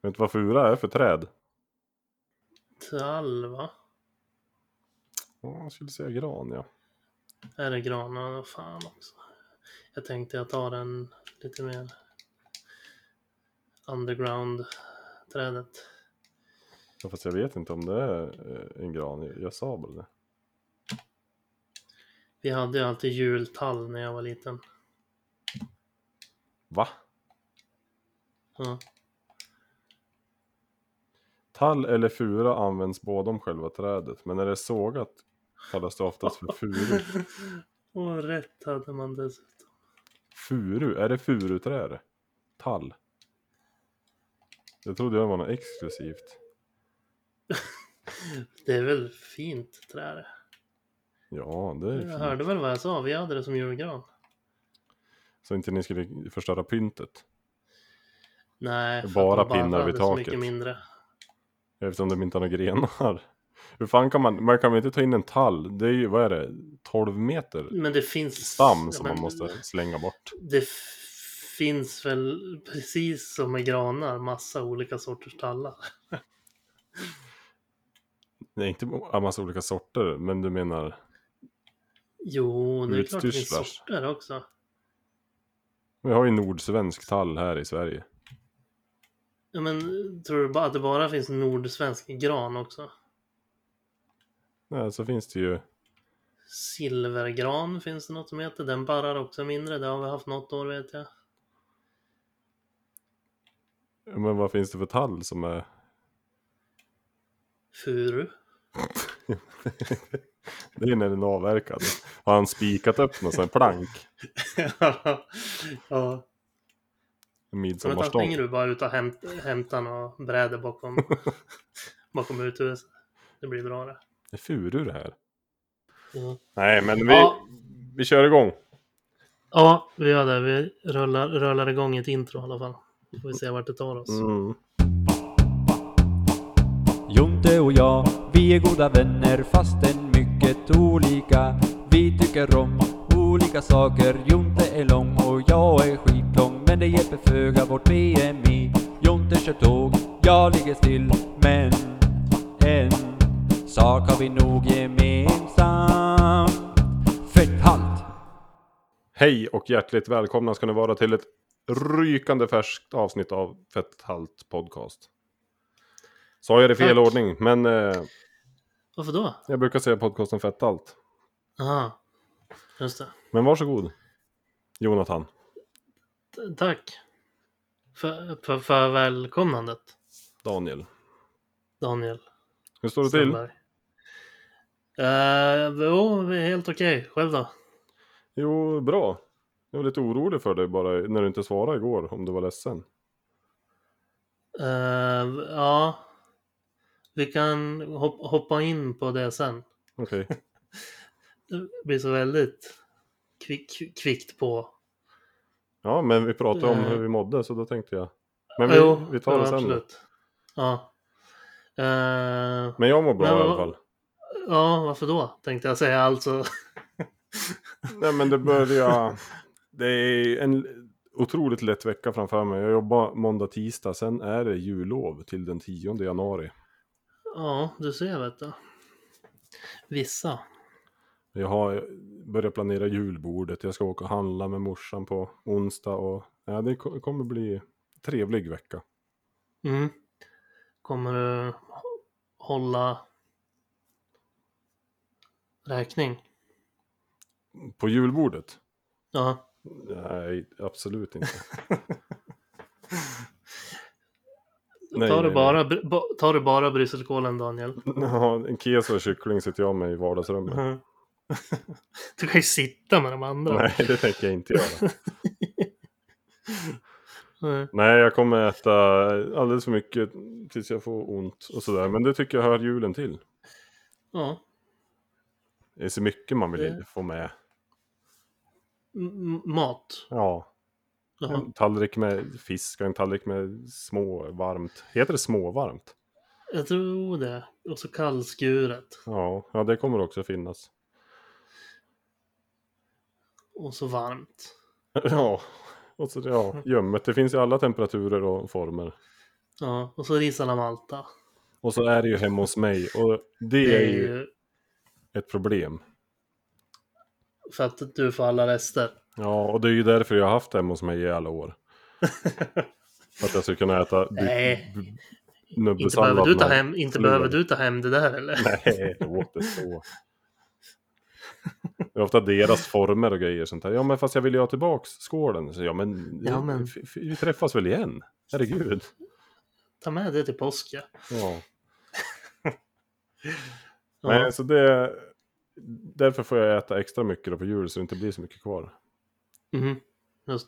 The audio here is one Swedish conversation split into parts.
Vet du vad fura är för träd? Tall, va? Ja, jag skulle säga gran, ja. Är det granar? Fan också. Jag tänkte jag tar den lite mer underground-trädet. Ja, fast jag vet inte om det är en gran. Jag sa bara det. Vi hade ju alltid jultall när jag var liten. Va? Ja. Tall eller fura används båda om själva trädet. Men när det är sågat kallas det oftast för furu. Och rätt hade man dessutom. Furu? Är det furuträd? Tall? Det trodde jag var något exklusivt. Det är väl fint träd. Ja, det är Jag fint. hörde väl vad jag sa. Vi hade det som julgran. Så inte ni skulle förstöra pyntet. Nej, för Bara att de pinnar vid hade så taket. mycket mindre. Eftersom de inte har några grenar. Hur fan kan man kan väl inte ta in en tall? Det är ju, vad är det? 12 meter Men det finns stam som man måste slänga bort. Det finns väl precis som med granar massa olika sorters tallar. Det är inte en massa olika sorter, men du menar Jo, det är klart det finns utstyrslars. sorter också. Vi har ju nordsvensk tall här i Sverige. Ja, men tror du bara att det bara finns nordsvensk gran också? Nej, så finns det ju. Silvergran finns det något som heter. Den barrar också mindre. Det har vi haft något år, vet jag. Men vad finns det för tall som är? Furu. Det är när den är avverkad. Har han spikat upp någon sån plank? Ja. En Men då midsommarstång. springer du bara ut och hämtar och bräder bakom uthuset. Det blir bra det. Det är furu det här. Ja. Nej, men Ja. vi kör igång. Ja, vi gör det. Vi rullar igång ett intro i alla fall. Då får vi se vart det tar oss. Jonte och jag, vi är goda vänner fastän mycket olika. Vi tycker om olika saker. Jonte är lång och jag är skitlång, men det hjälper föga vårt BMI. Jonte kör tåg, jag ligger still, men en sak har vi nog gemensam. Fetthalt! Hej och hjärtligt välkomna ska ni vara till ett rykande färskt avsnitt av Fetthalt podcast. Sa jag det i fel Tack. ordning, men Varför då? jag brukar säga podcasten Fetthalt. Aha, just det. Men varsågod, Jonathan. Tack för välkomnandet, Daniel. Daniel Hur står det till? Strömberg. Jo, vi är helt okej. Själv då? Jo, bra. Jag var lite orolig för dig bara när du inte svarade igår, om du var ledsen. Ja, vi kan hoppa in på det sen. Okej. Det blir så väldigt kvickt på. Ja, men vi pratade om hur vi mådde, så då tänkte jag. Men vi tar det sen. Absolut. Ja. Men jag mår bra i alla fall. Ja, varför då? Tänkte jag säga alltså. Nej, men det är en otroligt lätt vecka framför mig. Jag jobbar måndag, tisdag. Sen är det jullov till den 10 januari. Ja, du ser, vet du. Vissa. Jag har börjat planera julbordet. Jag ska åka och handla med morsan på onsdag. Och ja, det kommer bli en trevlig vecka. Mm. Kommer du hålla räkning? På julbordet? Ja. Nej, absolut inte. Tar du bara brysselkålen, Daniel? Ja, en keso och kyckling sitter jag med i vardagsrummet. Mm. Du kan ju sitta med de andra. Nej, det tänker jag inte göra. Nej, jag kommer äta alldeles för mycket tills jag får ont och sådär. Men det tycker jag hör julen till. Ja. Det är så mycket man vill få med. Mat? Ja. Jaha. En tallrik med fisk och en tallrik med småvarmt. Heter det småvarmt? Jag tror det. Och så kallskuret. Ja, det kommer också finnas. Och så varmt. Ja, och så ljummet. Det finns i alla temperaturer och former. Ja, och så ris alla Malta. Och så är det ju hemma hos mig. Och det är ju ett problem. För att du får alla rester. Ja, och det är ju därför jag har haft det hemma hos mig i alla år. För att jag ska kunna äta Nej. Inte nubbesallad. behöver du ta hem det där eller? Nej, låt det så. Det är ofta deras former och grejer sånt här. Ja, men fast jag vill ju ha tillbaks skålen. Så men vi träffas väl igen. Herregud. Ta med det till påsk, ja. Ja. Ja. Nej, så därför får jag äta extra mycket då på jul så det inte blir så mycket kvar. Mhm, just det.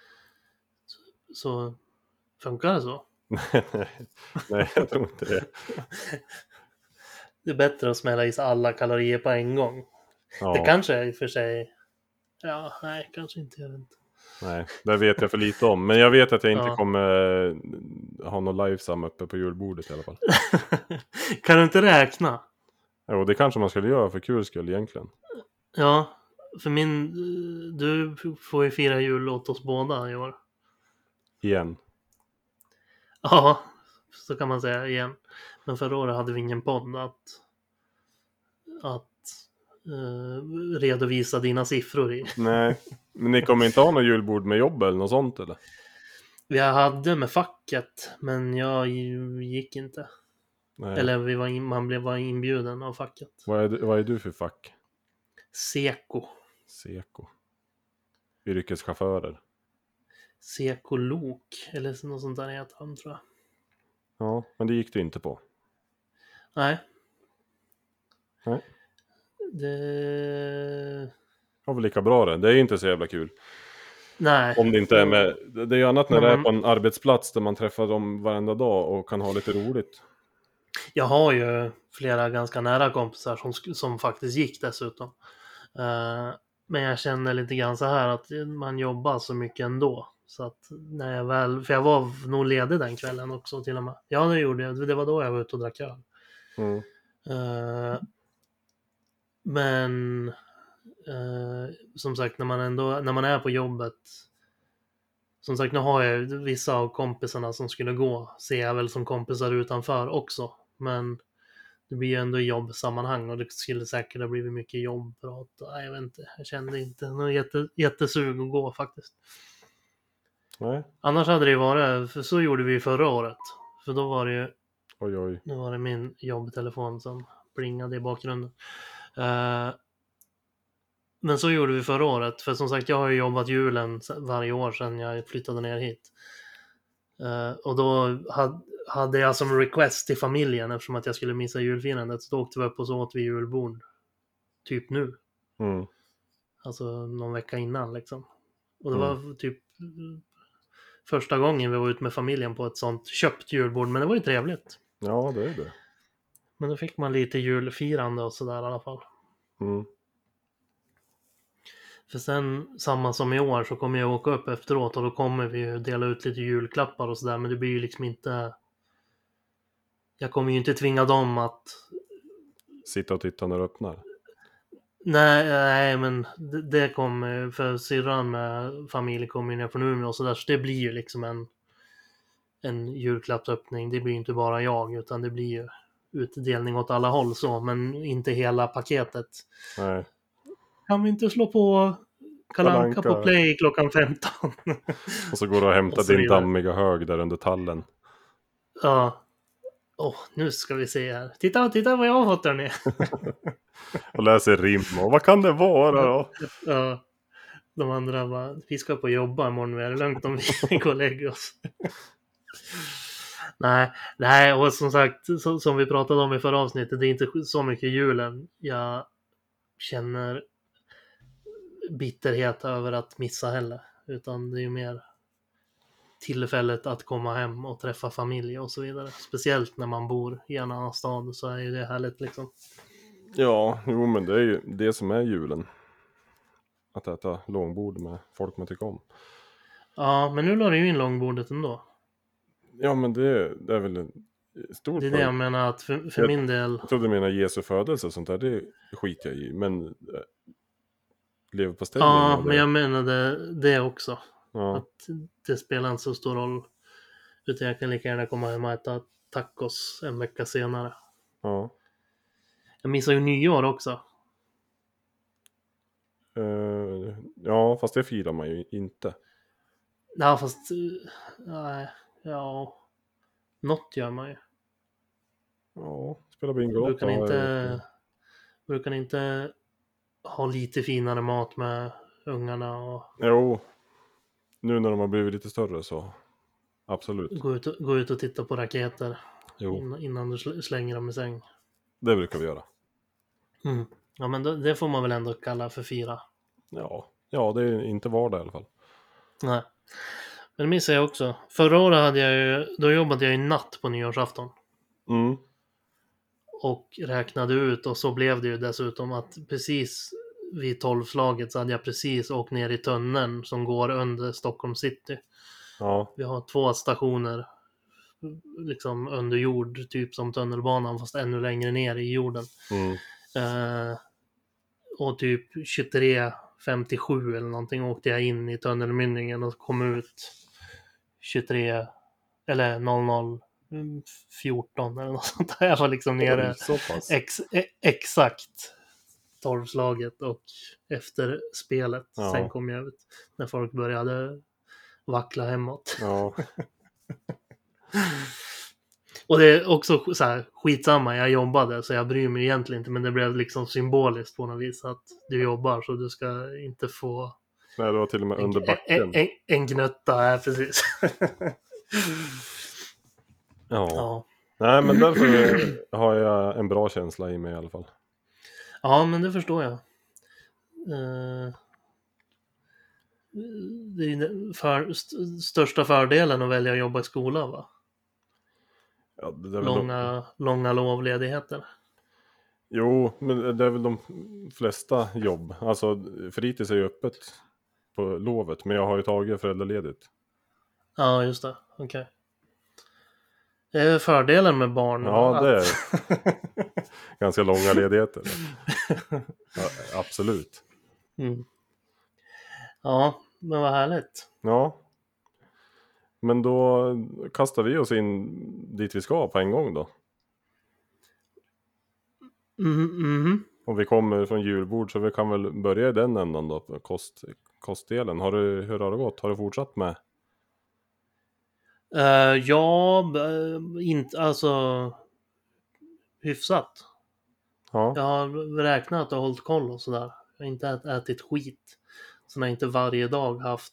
Så funkar det så? Nej, jag tror inte det. Det är bättre att smälla i sig alla kalorier på en gång. Ja. Det kanske är i och för sig... Ja, nej, kanske inte. Jag vet inte. Nej, det vet jag för lite om. Men jag vet att jag inte Ja. kommer ha någon livesam uppe på julbordet i alla fall. Kan du inte räkna? Jo, det kanske man skulle göra för kul skull egentligen. Ja, för du får ju fira jul åt oss båda i år. Igen. Ja, så kan man säga igen. Men förra året hade vi ingen podd att redovisa dina siffror i. Nej, men ni kommer inte ha någon julbord med jobb eller något sånt eller? Vi hade med facket, men jag gick inte. Nej. Eller man var inbjuden av facket. Vad är du för fack? Seko. Seko. Yrkeschaufförer. Sekolok. Eller något sånt där heter han, tror jag. Ja, men det gick du inte på. Nej. Nej. Det... Det var väl lika bra det. Det är ju inte så jävla kul. Nej. Om det inte är med... Det är ju annat när det är på en arbetsplats där man träffar dem varenda dag och kan ha lite roligt. Jag har ju flera ganska nära kompisar som faktiskt gick dessutom. Men jag känner lite grann så här att man jobbar så mycket ändå. Så att när jag väl... För jag var nog ledig den kvällen också till och med. Ja, det gjorde jag. Det var då jag var ute och drack öl. Mm. Men som sagt, när man är på jobbet, som sagt, nu har jag vissa av kompisarna som skulle gå, ser jag väl som kompisar utanför också, men det blir ju ändå jobbsammanhang och det skulle säkert ha blivit mycket jobbprat. Nej, jag vet inte, jag kände inte någon jättesug att gå faktiskt. Nej. Annars hade det ju varit, för så gjorde vi förra året, för då var det ju Oj. nu var det min jobbtelefon som plingade i bakgrunden. Men så gjorde vi förra året. För som sagt, jag har ju jobbat julen varje år sedan jag flyttade ner hit. Och då hade jag som request till familjen, eftersom att jag skulle missa julfirandet, så då åkte vi upp och så åt vi julbord. Typ nu. Mm. Alltså någon vecka innan liksom. Och det var typ första gången vi var ute med familjen på ett sånt köpt julbord. Men det var ju trevligt. Ja, det är det. Men då fick man lite julfirande och sådär i alla fall. Mm. För sen, samma som i år, så kommer jag åka upp efteråt och då kommer vi ju dela ut lite julklappar och sådär. Men det blir ju liksom inte... Jag kommer ju inte tvinga dem att... Sitta och titta när du öppnar. Nej, men det kommer... För syrran med familj kommer ju ner från Umeå och sådär. Så det blir ju liksom en julklappsöppning. Det blir ju inte bara jag, utan det blir ju utdelning åt alla håll så. Men inte hela paketet. Nej. Kan vi inte slå på Kalle Anka på play klockan 15? Och så går du och hämtar din dammiga hög där under tallen. Ja. Nu ska vi se här. Titta vad jag har fått där nere. Och läser rim. Och vad kan det vara då? Ja. De andra bara, vi ska på jobba imorgon. Vi är det lugnt om vi går och lägger oss. Nej, och som sagt, som vi pratade om i förra avsnittet, det är inte så mycket julen. Jag känner bitterhet över att missa heller, utan det är ju mer tillfället att komma hem och träffa familj och så vidare. Speciellt när man bor i en annan stad, så är ju det härligt liksom. Ja, jo, men det är ju det som är julen. Att äta långbord med folk man tycker om. Ja, men nu la du ju in långbordet ändå. Ja, men det är väl en stor Det är det jag menar, att för min del... Jag trodde du menade Jesu födelse och sånt där, det skiter jag i. Men lever på ställen. Ja, men jag menade det också. Ja. Att det spelar inte så stor roll. Utan jag kan lika gärna komma hem och äta tacos en vecka senare. Ja. Jag missar ju nyår också. Ja, fast det firar man ju inte. Ja, fast... Nej, ja... Något gör man ju. Ja, spela Bingolotto. Brukar ni inte ha lite finare mat med ungarna och Jo, nu när de har blivit lite större så absolut. gå ut och titta på raketer Jo, innan du slänger dem i säng? det brukar vi göra. Mm. Ja, men det får man väl ändå kalla för fira. Ja, det är inte vardag i alla fall. Nej. Men det missar jag också. Förra året då jobbade jag i natt på nyårsafton. Mm. Och räknade ut, och så blev det ju dessutom att precis vid 12-slaget så hade jag precis åkt ner i tunneln som går under Stockholm city. Ja, Vi har 2 stationer liksom under jord, typ som tunnelbanan fast ännu längre ner i jorden. mm. Och typ 23:57 eller någonting åkte jag in i tunnelmynningen och kom ut 23 eller 00:14 eller något sånt där. Jag var liksom nere Så pass. exakt 12-slaget och efter spelet. Ja. Sen kom jag ut när folk började vackla hemåt. Ja, Och det är också så här, skitsamma, jag jobbade så jag bryr mig egentligen inte, men det blev liksom symboliskt på något vis att du jobbar så du ska inte få nej, det var till och med under backen. en gnutta här precis. Ja. Ja. Nej, men därför har jag en bra känsla i mig i alla fall. Ja, men det förstår jag. Det är den största fördelen att välja att jobba i skolan, va? Ja, det är väl Långa lovledigheter. Jo, men det är väl de flesta jobb. Alltså, fritids är ju öppet på lovet, men jag har ju tagit föräldraledigt. Ja, just det. Okej. Det är fördelen med barn. Ja, det är ganska långa ledigheter. Ja, absolut. Mm. Ja, men vad härligt. Ja. Men då kastar vi oss in dit vi ska på en gång då. Om vi kommer från julbord så vi kan väl börja i den ändan då, på kostdelen. Hur har det gått? Har du fortsatt med? Ja, inte, alltså hyfsat. Ja. Jag har räknat och hållit koll och sådär. Jag har inte ätit skit. Så jag har inte varje dag haft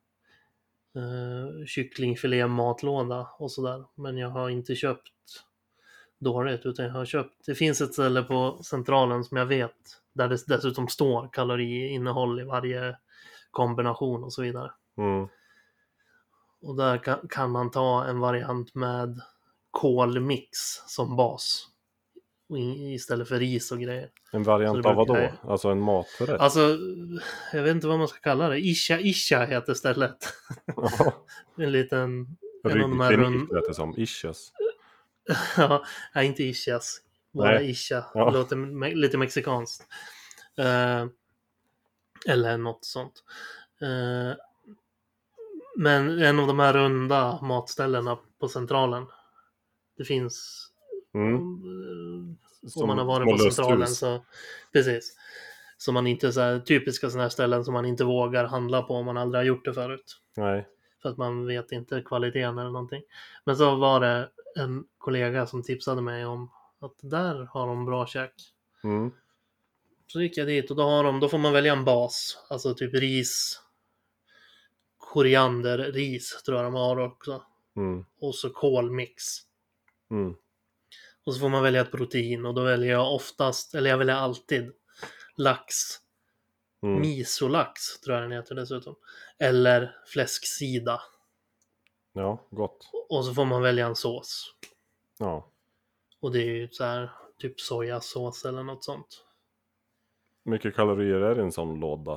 kycklingfilé matlåda och sådär. Men jag har inte köpt dåligt, utan jag har köpt. Det finns ett ställe på Centralen som jag vet, där det dessutom står kaloriinnehåll i varje kombination och så vidare. Mm. Och där kan man ta en variant med kolmix som bas. Istället för ris och grejer. En variant av vad då? Alltså en maträtt? Alltså, jag vet inte vad man ska kalla det. Isha heter stället. Ja. En liten... Ryggklinik heter som Ishas. Ja, nej, inte Ishas. Bara Nej. Isha. Ja. Det låter lite mexikanskt. Eller något sånt. Men en av de här runda matställena på Centralen. Det finns... Om man har varit på Centralen så... Precis. Så man inte så här, typiska sådana här ställen som man inte vågar handla på om man aldrig har gjort det förut. Nej. För att man vet inte kvaliteten eller någonting. Men så var det en kollega som tipsade mig om att där har de bra käk. Mm. Så gick jag dit och då får man välja en bas. Alltså typ ris, korianderris tror jag de har också. Mm. Och så kolmix. Mm. Och så får man välja ett protein och då väljer jag oftast, eller jag väljer alltid lax. Misolax tror jag den heter dessutom. Eller fläsksida. Ja, gott. Och så får man välja en sås. Ja. Och det är ju så här typ sojasås eller något sånt. Mycket kalorier är det i en sån låda?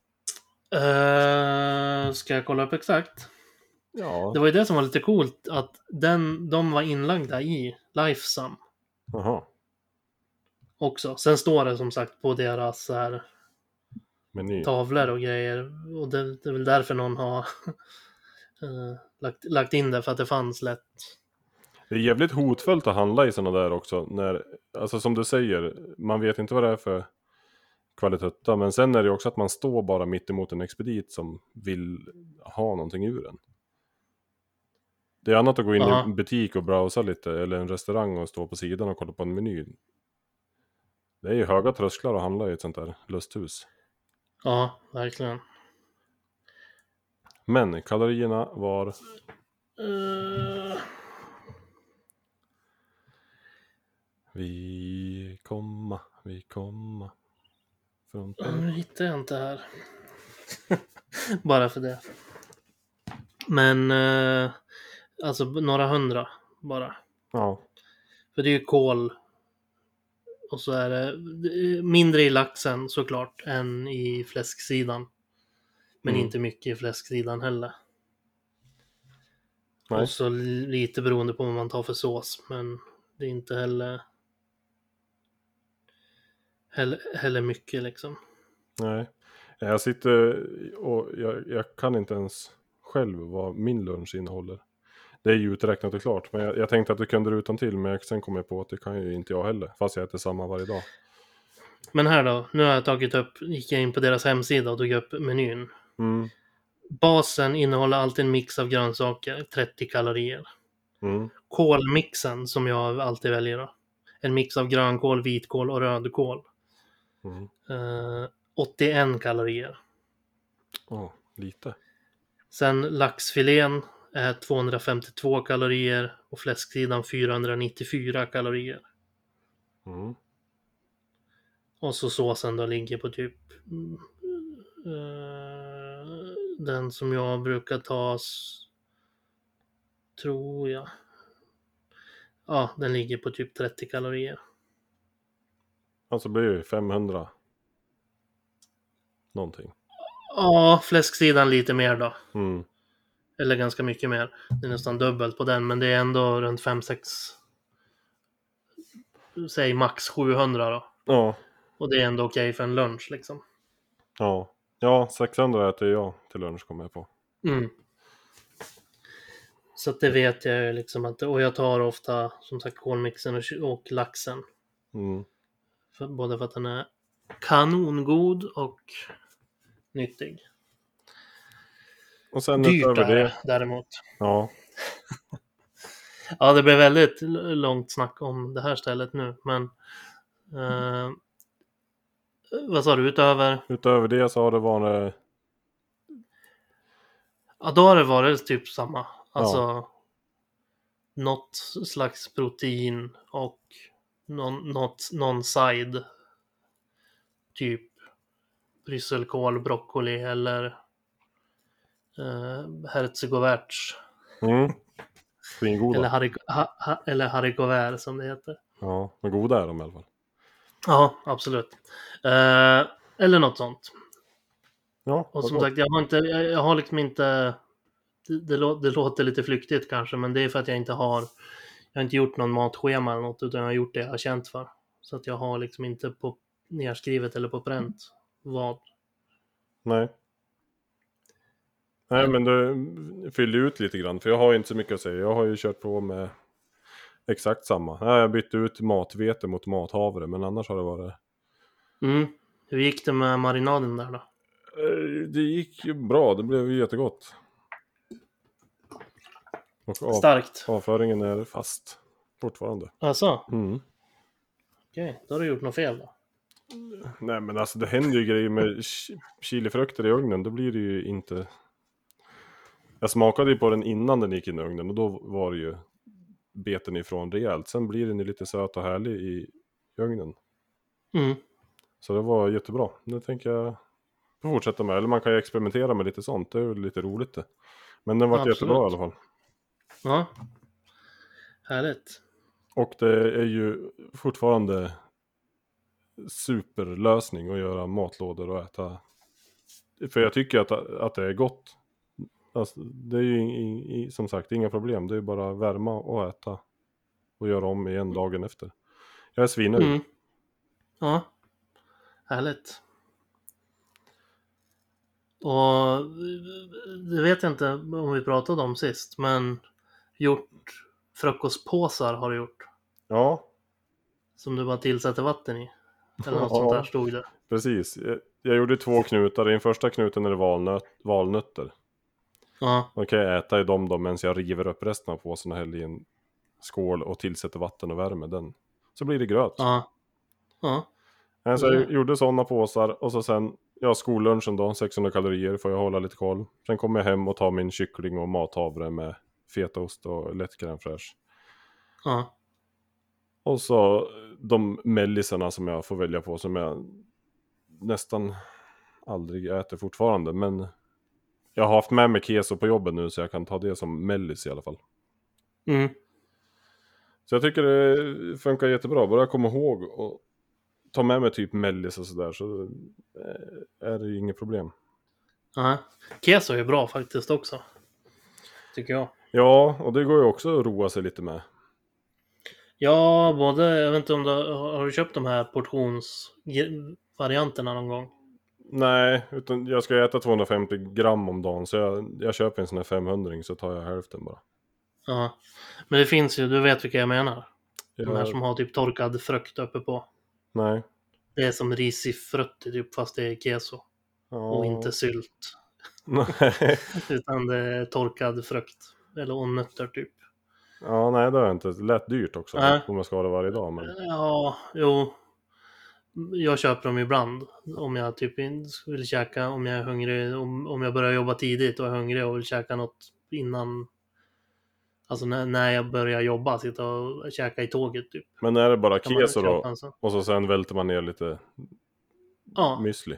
Ska jag kolla upp exakt? Ja. Det var ju det som var lite coolt, att de var inlagda i Lifesum Jaha. också. Sen står det som sagt på deras så här Meny. tavlor och grejer. Och det är väl därför någon har lagt in det för att det fanns lätt. Det är jävligt hotfullt att handla i sådana där också. Alltså som du säger, man vet inte vad det är för kvalitet. Men sen är det också att man står bara mitt emot en expedit som vill ha någonting ur den. Det är annat att gå in i en butik och browsa lite, eller en restaurang och stå på sidan och kolla på en meny. Det är ju höga trösklar att handla i ett sånt där lusthus. Ja, verkligen. Men kalorierna var... Vi komma. Nu hittar jag inte här. Bara för det. Men alltså några 100 bara. Ja. För det är ju kål. Och så är det mindre i laxen såklart än i fläsksidan. Men inte mycket i fläsksidan heller. Nej. Och så lite beroende på vad man tar för sås. Men det är inte heller mycket liksom. Nej. Jag sitter och jag kan inte ens själv vad min lunch innehåller. Det är ju uträknat och klart. Men jag tänkte att du kunde det utan till. Men sen kom jag på att det kan ju inte jag heller. Fast jag äter samma varje dag. Men här då. Nu har jag gick jag in på deras hemsida och tog upp menyn. Basen innehåller alltid en mix av grönsaker. 30 kalorier. Kålmixen som jag alltid väljer då. En mix av grönkål, vitkål och rödkål. 81 kalorier. Lite. Sen laxfilén är 252 kalorier och fläsksidan 494 kalorier. Och så såsen då ligger på typ den som jag brukar ta, tror jag. Ja, den ligger på typ 30 kalorier. Alltså blir det 500 någonting. Ja, fläsksidan lite mer då. Eller ganska mycket mer. Det är nästan dubbelt på den, men det är ändå runt 5-6, säg max 700 då. Ja. Och det är ändå okej för en lunch liksom. Ja, 600 äter jag till lunch, kommer jag på. Så att det vet jag ju liksom att, och jag tar ofta som sagt kålmixen och laxen. Både för att den är kanongod och nyttig. Och sen dyrt utöver det däremot. Ja. Ja, det blev väldigt långt snack om det här stället nu, men vad sa du Utöver det så har det varit... Ja, då har det varit typ samma. Alltså något slags protein och någon side. Typ brysselkål, broccoli eller herzegovärts. Svingoda. Eller haricots verts som det heter. Ja, men goda är de i alla fall. Ja, absolut. Eller något sånt. Ja, och som sagt, jag har liksom inte... Det låter lite flyktigt kanske, men det är för att jag har inte gjort någon matschema eller något, utan jag har gjort det jag har känt för. Så att jag har liksom inte på nedskrivet eller på pränt vad. Nej, men det fyller ut lite grann, för jag har inte så mycket att säga. Jag har ju kört på med exakt samma. Jag bytte ut matvete mot mathavre, men annars har det varit... Hur gick det med marinaden där då? Det gick ju bra, det blev ju jättegott. Och starkt. Avföringen är fast fortfarande. Alltså? Okej, då har du gjort något fel då. Nej, men alltså det händer ju grejer med chilifrukter i ugnen. Då blir det ju inte... Jag smakade ju på den innan den gick in i ugnen, och då var det ju beten ifrån rejält. Sen blir den ju lite söt och härlig i ugnen. Så det var jättebra. Det tänker jag fortsätta med. Eller man kan ju experimentera med lite sånt. Det är ju lite roligt det. Men den var jättebra i alla fall. Ja, härligt. Och det är ju fortfarande superlösning att göra matlådor och äta. För jag tycker att det är gott. Alltså, det är ju som sagt inga problem. Det är bara värma och äta. Och göra om igen dagen efter. Jag är svinnöjd. Ja, härligt. Och det vet jag inte om vi pratade om sist, men gjort frukostpåsar har du gjort. Ja, Som du bara tillsätter vatten i. Eller något sånt där stod det. precis. Jag gjorde 2 knutar. I den första knuten är det valnötter. Ja, Då kan jag äta i dem då medan jag river upp resten av påsen och häller i en skål och tillsätter vatten och värmer den. Så blir det gröt. ja, ja. Så jag gjorde sådana påsar och så sen, skollunchen då, 600 kalorier får jag hålla lite koll. Sen kommer jag hem och tar min kyckling och mathavre med fetaost och lätt crème fraîche. Ja, Och så de mellisarna som jag får välja på som jag nästan aldrig äter fortfarande. Men jag har haft med mig keso på jobbet nu så jag kan ta det som mellis i alla fall. mm. Så jag tycker det funkar jättebra. Bara jag kommer ihåg och ta med mig typ mellis och sådär så är det ju inget problem. Ja. Keso är bra faktiskt också. Tycker jag. Ja, och det går ju också att roa sig lite med. Ja, både, jag vet inte om du har du köpt de här portionsvarianterna någon gång? Nej, utan jag ska äta 250 gram om dagen så jag köper en sån här 500 så tar jag hälften bara. Ja, men det finns ju, du vet vilka jag menar. De här Jag, som har typ torkad frukt uppe på. nej. Det är som risifrötter typ, fast det är keso. Ja. Och inte sylt. Nej. Utan det är torkad frukt. Eller nötter typ. Ja, nej det har jag inte. Det lät dyrt också Nej. om jag ska ha det varje dag. Men... Ja, jo. Jag köper dem ibland. Om jag typ vill käka, om jag är hungrig. Om jag börjar jobba tidigt och är hungrig och vill käka något innan. Alltså när jag börjar jobba, sitta och käka i tåget typ. Men är det bara Kan man keso då? köpa en sån? Och så sen välter man ner lite Ja, müsli.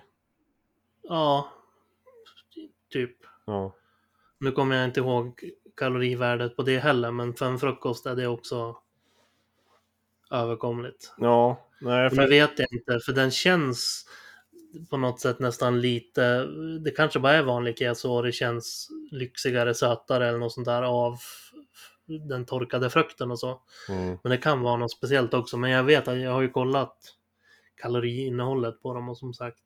ja. Typ. Ja. Nu kommer jag inte ihåg kalorivärdet på det heller, men för en frukost är det också överkomligt. Ja, nej. Men det vet jag inte, för den känns på något sätt nästan lite, det kanske bara är vanlig keso och det känns lyxigare, sötare eller något sånt där av den torkade frukten och så. Mm. Men det kan vara något speciellt också, men jag vet att jag har ju kollat kaloriinnehållet på dem och som sagt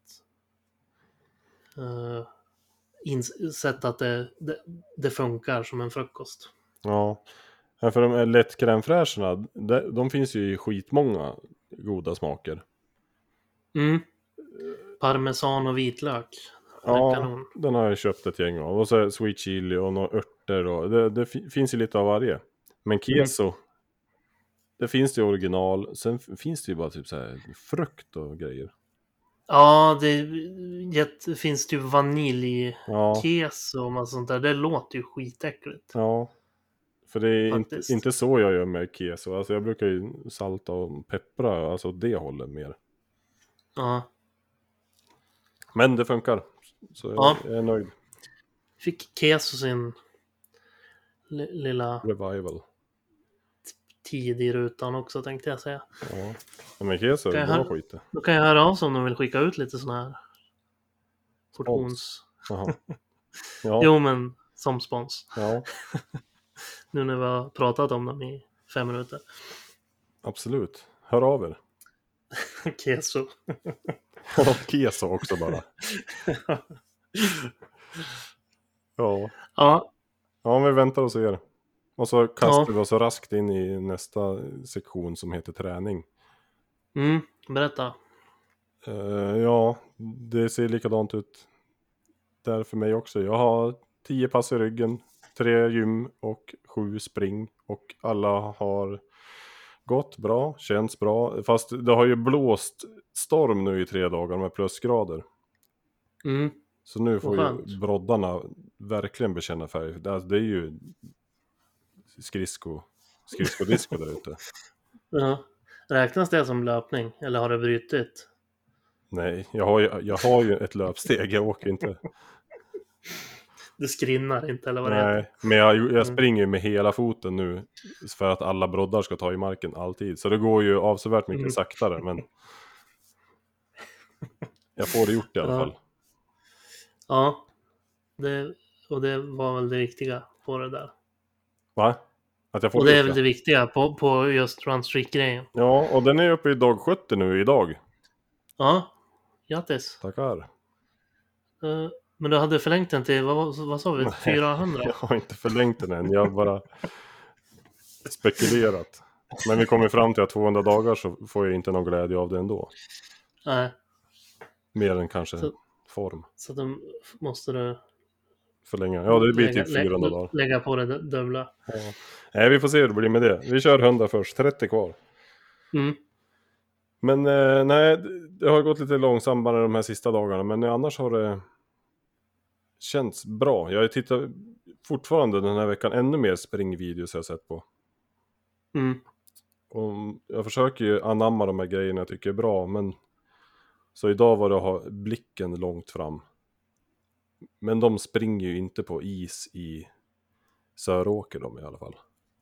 insett att det funkar som en frukost. Ja. För de här lätt crème fraîcherna, de finns ju i skitmånga goda smaker. Mm. Parmesan och vitlök. Ja, Kanon. den har jag köpt ett gäng av. Och så sweet chili och några örter. Och det finns ju lite av varje. Men keso, det finns det i original. Sen finns det ju bara typ så här frukt och grejer. Ja, det finns typ vanilj, Ja, keso och massa sånt där. Det låter ju skitäckligt. ja. För det är Faktiskt. inte så jag gör med keso. Alltså jag brukar ju salta och peppra. Alltså det håller mer. Ja. Men det funkar. Så Ja. jag är nöjd. Fick keso sin lilla Revival. tid i rutan också, tänkte jag säga. Ja. Men keso Kan är jag bra skit. Då kan jag höra av sig om de vill skicka ut lite såna här portions... Jaha. Ja. Jo, men som spons. Ja, Nu när vi har pratat om dem i 5 minuter. absolut. Hör av er. Keso. Keso också bara. Ja. Ja, Ja, vi väntar och ser. Och så kastar vi oss så raskt in i nästa sektion som heter träning. berätta. Ja, det ser likadant ut där för mig också. Jag har 10 pass i ryggen, 3 gym och 7 spring. Och alla har gått bra, känns bra. Fast det har ju blåst storm nu i 3 dagar med plusgrader. Så nu får ju broddarna verkligen bekänna färg. Det är ju skridsko-disco där ute. Ja. Räknas det som löpning? Eller har det brutit? Nej, jag har ju ett löpsteg. Jag åker inte. Det skrinnar inte eller vad det heter. Nej, men jag springer ju med hela foten nu. För att alla broddar ska ta i marken alltid. Så det går ju avsevärt mycket saktare. Men jag får det gjort i alla fall. Ja, och det var väl det viktiga på det där. Va? Att jag får Och det är väl det viktiga på just Runstreak-grejen. Ja, och den är uppe i dag 70 nu idag. Ja, grattis. Tackar. Men du hade förlängt den till, vad sa vi, 400? Jag har inte förlängt den än, jag har bara spekulerat. Men vi kommer fram till att 200 dagar så får jag inte någon glädje av det ändå. Nej, Mer än kanske Så- form. så då måste du Förlänga. Ja, det blir typ 400 dagar. lägga på det dubbla. Ja. Nej, vi får se hur det blir med det. Vi kör 100 först, 30 kvar. Mm. Men nej, det har gått lite långsammare de här sista dagarna. Men annars har det känts bra. Jag tittar fortfarande den här veckan ännu mer springvideos jag har sett på. Mm. Och jag försöker ju anamma de här grejerna jag tycker är bra. Men så idag var det att ha blicken långt fram. Men de springer ju inte på is i Söråker de i alla fall.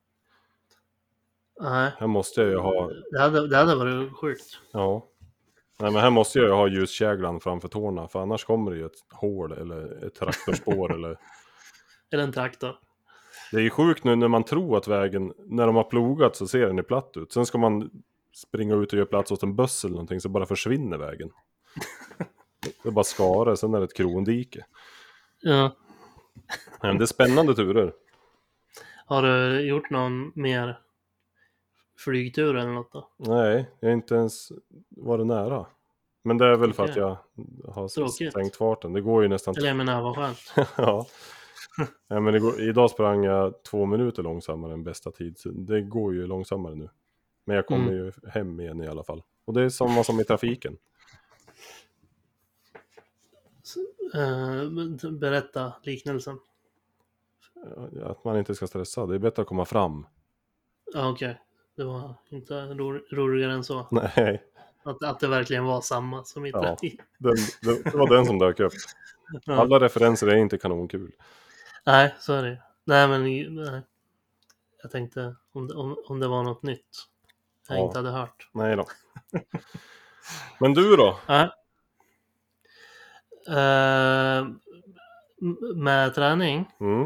Nej, Här måste jag ju ha... det hade varit sjukt. Ja. Nej, men här måste jag ju ha ljuskäglan framför tårna. För annars kommer det ju ett hål eller ett traktorspår eller... Eller en traktor. Det är ju sjukt nu när man tror att vägen... När de har plogat så ser den ju platt ut. Sen ska man springa ut och göra plats åt en buss eller någonting så bara försvinner vägen. Det är bara skare, sen är det ett krondike. Ja. Men det är spännande turer. Har du gjort någon mer flygtur eller något då? Nej, jag är inte ens varit nära. Men det är väl för att Okej. jag har Tråkigt. stängt farten. Det går ju nästan... Eller jag menar, vad skönt. Ja. Ja, men idag sprang jag 2 minuter långsammare än bästa tid. Så det går ju långsammare nu. Men jag kommer ju hem igen i alla fall. Och det är samma som i trafiken. Berätta liknelsen. Att man inte ska stressa. Det är bättre att komma fram. Ja, okej. Det var inte roligare än så. Nej, Att det verkligen var samma som i Ja. trafik. det var den som dök upp. Ja. Alla referenser är inte kanonkul. Nej, så är det. Nej, men nej. Jag tänkte om det var något nytt jag Ja. inte hade hört. Nej då. Men du då? Nej. Med träning? Mm.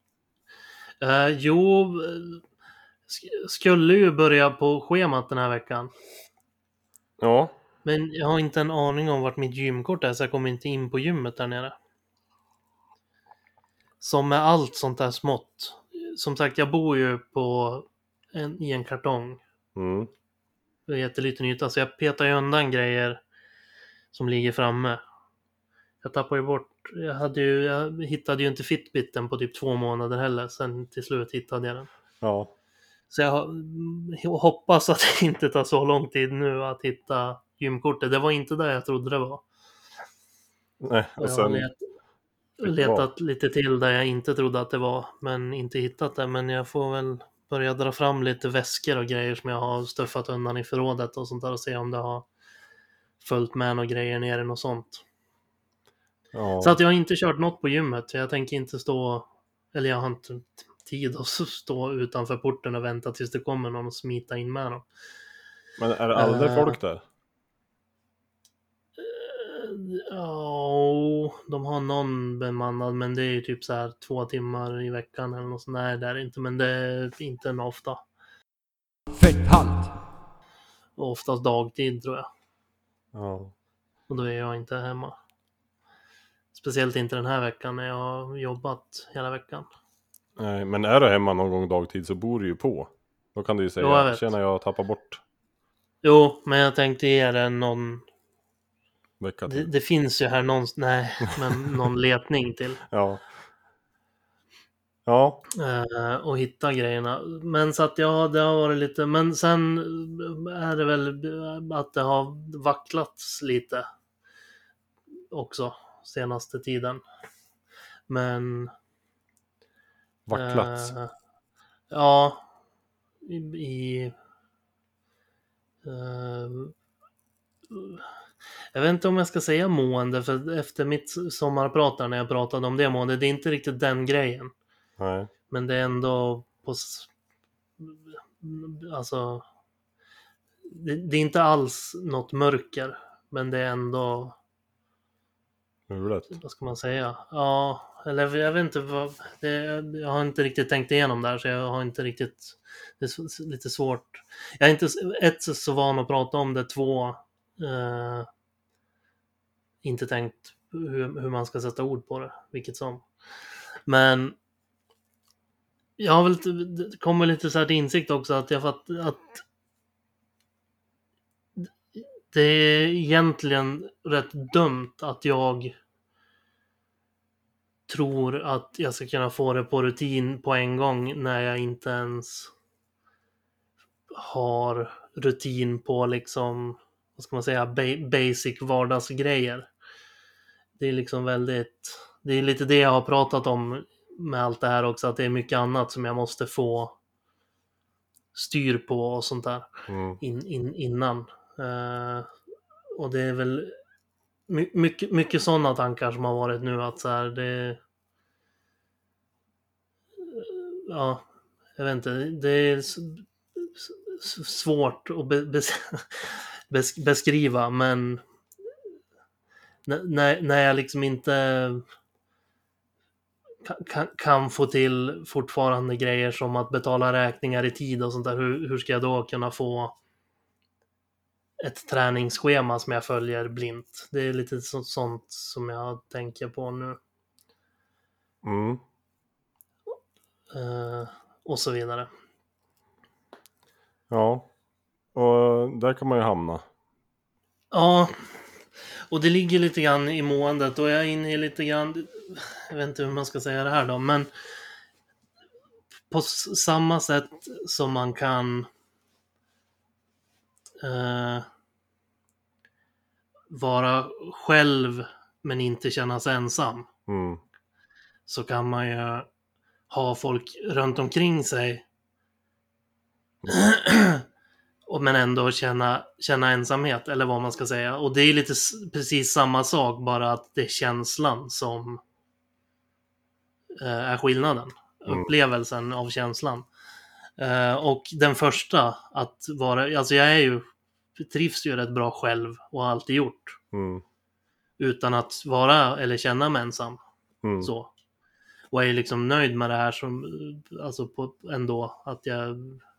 Jo, skulle ju börja på schemat den här veckan. Ja. Men jag har inte en aning om vart mitt gymkort är, så jag kommer inte in på gymmet där nere. Som med allt sånt där smått. Som sagt, jag bor ju i en kartong. Mm. Det är jätteliten yta, så jag petar ju undan grejer som ligger framme. Jag tappar ju bort... Jag hittade ju inte Fitbiten på typ 2 månader heller. Sen till slut hittade jag den. Ja. Så jag hoppas att det inte tar så lång tid nu att hitta gymkortet. Det var inte där jag trodde det var. Nej, Och och jag har sen... letat lite till där jag inte trodde att det var, men inte hittat det. Men jag får väl börja dra fram lite väskor och grejer som jag har stuffat undan i förrådet och sånt där och se om det har följt med några grejer ner i något sånt. Ja. Så att jag har inte kört något på gymmet. Jag tänker inte eller jag har inte tid att stå utanför porten och vänta tills det kommer någon och smita in med dem. Men är det aldrig folk där? Ja, de har någon bemannad, men det är ju typ så här 2 timmar i veckan eller något sånt. Nej, det är det inte, men det är inte en ofta. Fetthalt! Och oftast dagtid tror jag. Ja. Och då är jag inte hemma. Speciellt inte den här veckan när jag har jobbat hela veckan. Nej, men är du hemma någon gång dagtid så bor du ju på. Då kan du ju säga, Jo, jag vet. känner jag tappar bort Jo, men jag tänkte ge den någon... vecka till. Det finns ju här någon letning till. Ja. Ja. Och hitta grejerna. Men så att ja, det har varit lite... Men sen är det väl att det har vacklats lite också senaste tiden. Men... Vacklats. Ja. Jag vet inte om jag ska säga mående, för efter mitt sommarprat när jag pratade om det mående, det är inte riktigt den grejen. Nej. Men det är ändå alltså det är inte alls något mörker, men det är ändå, Mulet. vad ska man säga? Ja, eller jag vet inte jag har inte riktigt tänkt igenom där, så jag har inte riktigt, det är lite svårt. Jag är inte så van att prata om det, 2 inte tänkt hur man ska sätta ord på det, vilket som. Men jag har väl det kommer lite så här till insikt också att jag fattar att det är egentligen rätt dumt att jag tror att jag ska kunna få det på rutin på en gång när jag inte ens har rutin på liksom, vad ska man säga, basic vardagsgrejer. Det är liksom det är lite det jag har pratat om med allt det här också, att det är mycket annat som jag måste få styr på och sånt där innan. Och det är väl mycket sådana tankar som har varit nu, att så här, det ja, jag vet inte, det är svårt att beskriva, men när jag liksom inte kan få till fortfarande grejer som att betala räkningar i tid och sånt där, hur ska jag då kunna få ett träningsschema som jag följer blint? Det är lite sånt som jag tänker på nu. Och så vidare. Ja, och där kan man ju hamna. Ja, och det ligger lite grann i måendet, och jag är inne i lite grann, jag vet inte hur man ska säga det här då, men på samma sätt som man kan vara själv men inte känna sig ensam, så kan man ju ha folk runt omkring sig men ändå känna ensamhet, eller vad man ska säga. Och det är lite precis samma sak, bara att det är känslan som är skillnaden. Upplevelsen av känslan. Och den första, att vara, alltså jag trivs ju rätt bra själv och har alltid gjort. Utan att vara eller känna mig ensam. Så. Och jag är liksom nöjd med det här som, alltså ändå att jag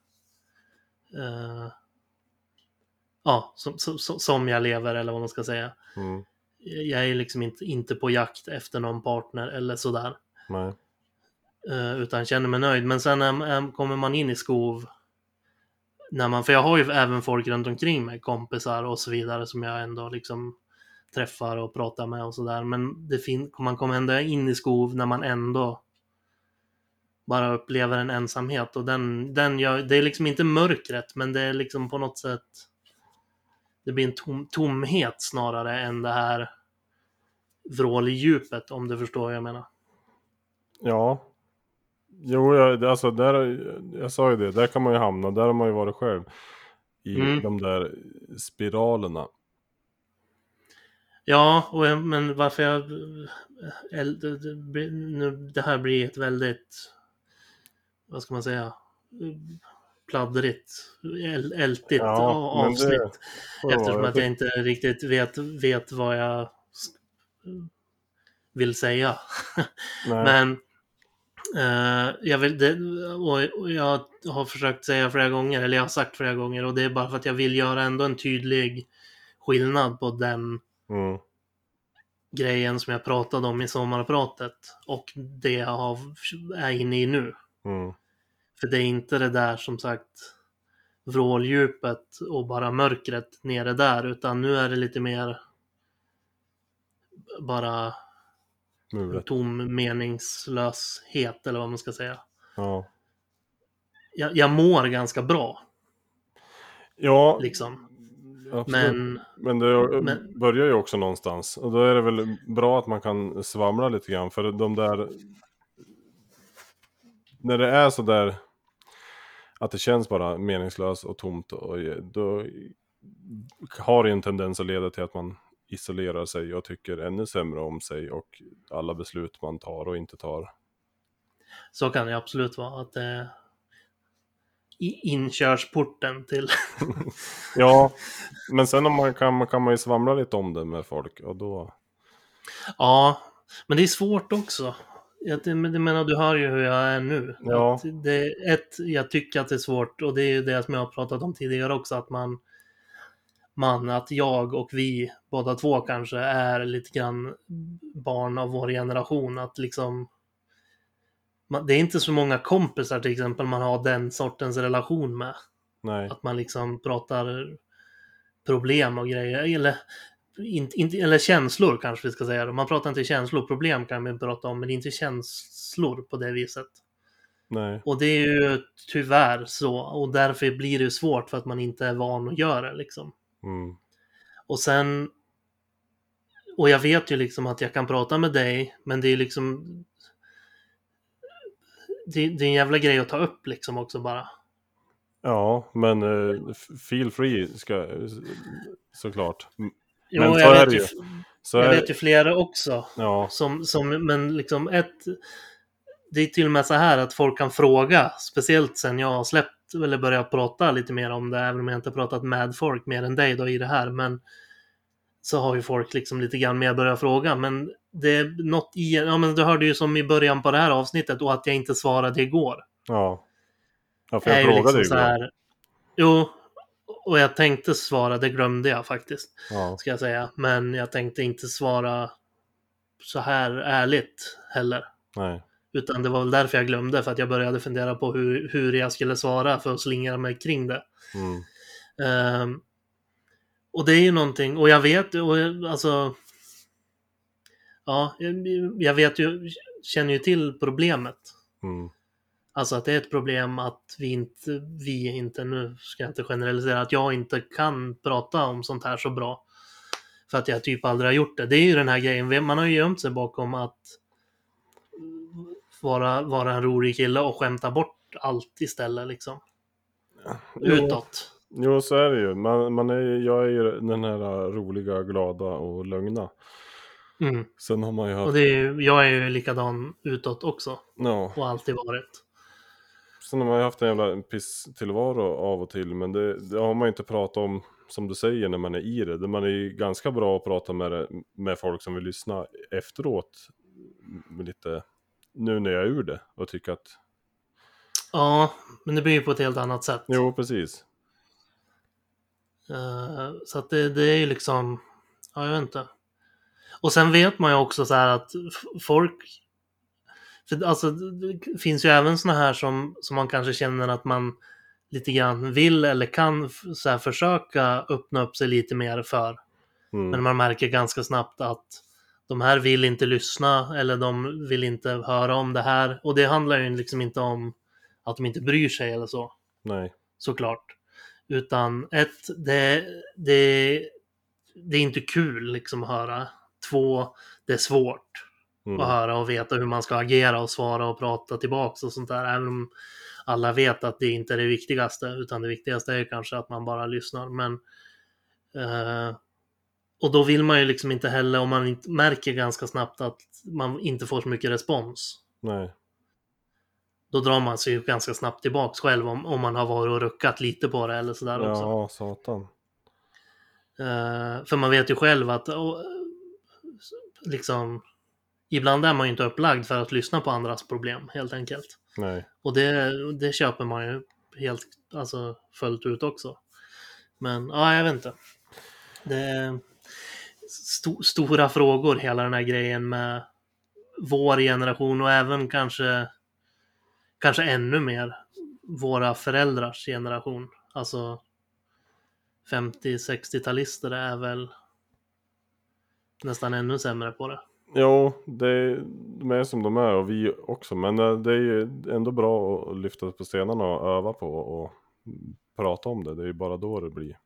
som jag lever, eller vad man ska säga. Jag är liksom inte på jakt efter någon partner eller sådär. Nej. Utan känner mig nöjd. Men sen kommer man in i skov, för jag har ju även folk runt omkring mig, kompisar och så vidare, som jag ändå liksom träffar och pratar med och sådär. Men man kommer ändå in i skov när man ändå bara upplever en ensamhet. Och det är liksom inte mörkret, men det är liksom på något sätt, det blir en tomhet snarare än det här vrål i djupet, om du förstår vad jag menar. Ja. Jo, alltså jag sa ju det, där kan man ju hamna, där har man ju varit själv i de där spiralerna. Ja, men varför det här blir ett väldigt, vad ska man säga, pladdrigt, ältigt avsnitt. Eftersom att jag inte riktigt vet vad jag vill säga. Men jag har försökt säga flera gånger, eller jag har sagt flera gånger, och det är bara för att jag vill göra ändå en tydlig skillnad på den grejen som jag pratade om i sommarpratet och det jag är inne i nu. För det är inte det där, som sagt, vråldjupet och bara mörkret nere där, utan nu är det lite mer bara tom meningslöshet, eller vad man ska säga. Ja. Jag mår ganska bra. Ja, liksom. Absolut. Men det börjar ju också någonstans. Och då är det väl bra att man kan svamla lite grann. För de där, när det är så där att det känns bara meningslöst och tomt, och då har det en tendens att leda till att man isolerar sig och tycker ännu sämre om sig och alla beslut man tar och inte tar. Så kan det absolut vara, att det inkörsporten till Ja, men sen om kan man ju svamla lite om det med folk, och då... Ja, men det är svårt också. Jag menar, du hör ju hur jag är nu. Ja. Jag tycker att det är svårt, och det är ju det som jag har pratat om tidigare också, att man att jag och vi båda två kanske är lite grann barn av vår generation, att liksom det är inte så många kompisar till exempel man har den sortens relation med. Nej. Att man liksom pratar problem och grejer. Eller känslor kanske vi ska säga. Man pratar inte känslor. Problem kan vi prata om, men inte känslor på det viset. Nej. Och det är ju tyvärr så. Och därför blir det ju svårt för att man inte är van att göra det liksom. Mm. Och sen... Och jag vet ju liksom att jag kan prata med dig, men det är liksom... Det är en jävla grej att ta upp liksom också bara. Ja, men feel free såklart. Jo, Men så jag är vet det ju, ju. Så jag är vet ju flera också. Ja, Men liksom det är till och med så här att folk kan fråga, speciellt sen jag har släppt eller börjat prata lite mer om det, även om jag inte pratat med folk mer än dig då i det här, men så har ju folk liksom lite grann mer börjat fråga, men det är något ja men du hörde ju som i början på det här avsnittet och att jag inte svarade igår. ja. Ja, för Är jag ju frågade liksom ju så då. här, jo, och jag tänkte svara, det glömde jag faktiskt, Ja, ska jag säga, men jag tänkte inte svara så här ärligt heller. nej. Utan det var väl därför jag glömde, för att jag började fundera på hur jag skulle svara för att slingra mig kring det. Mm. Och det är ju någonting, och jag vet, och alltså... Ja, jag vet ju, känner ju till problemet. Mm. Alltså att det är ett problem att vi inte, nu ska jag inte generalisera, att jag inte kan prata om sånt här så bra. För att jag typ aldrig har gjort det. Det är ju den här grejen, man har ju gömt sig bakom att vara en rolig kille och skämta bort allt istället liksom. Utåt. Jo, så är det ju. Jag är ju den här roliga, glada och lugna. Mm. Sen har man ju haft... Och jag är ju likadan utåt också. Ja. Och alltid varit. Sen har man ju haft en jävla piss-tillvaro av och till. Men det har man ju inte pratat om, som du säger, när man är i det. Man är ju ganska bra att prata med folk som vill lyssna efteråt. Med lite, nu när jag är ur det. Och tycker att... Ja, men det blir ju på ett helt annat sätt. Jo, precis. Så att det är ju liksom... Ja, jag vet inte. Och sen vet man ju också så här att folk... För alltså, det finns ju även såna här som man kanske känner att man lite grann vill eller kan så här försöka öppna upp sig lite mer för. Mm. Men man märker ganska snabbt att de här vill inte lyssna eller de vill inte höra om det här. Och det handlar ju liksom inte om att de inte bryr sig eller så. Nej. Såklart. Utan det är inte kul liksom att höra. 2, det är svårt att höra och veta hur man ska agera och svara och prata tillbaks och sånt där. Även om alla vet att det inte är det viktigaste, utan det viktigaste är kanske att man bara lyssnar. Men och då vill man ju liksom inte heller, om man inte märker ganska snabbt att man inte får så mycket respons. Nej. Då drar man sig ju ganska snabbt tillbaks själv om man har varit och ruckat lite på det eller sådär också. Ja, satan. För man vet ju själv att liksom ibland är man ju inte upplagd för att lyssna på andras problem helt enkelt. Nej. Och det köper man ju helt, alltså fullt ut också. Men ja, jag vet inte. Det är stora frågor hela den här grejen med vår generation och även kanske ännu mer våra föräldrars generation. Alltså 50-60-talister är väl nästan ännu sämre på det. Jo, de är som de är och vi också. Men det är ju ändå bra att lyfta på stenarna och öva på och prata om det. Det är ju bara då det blir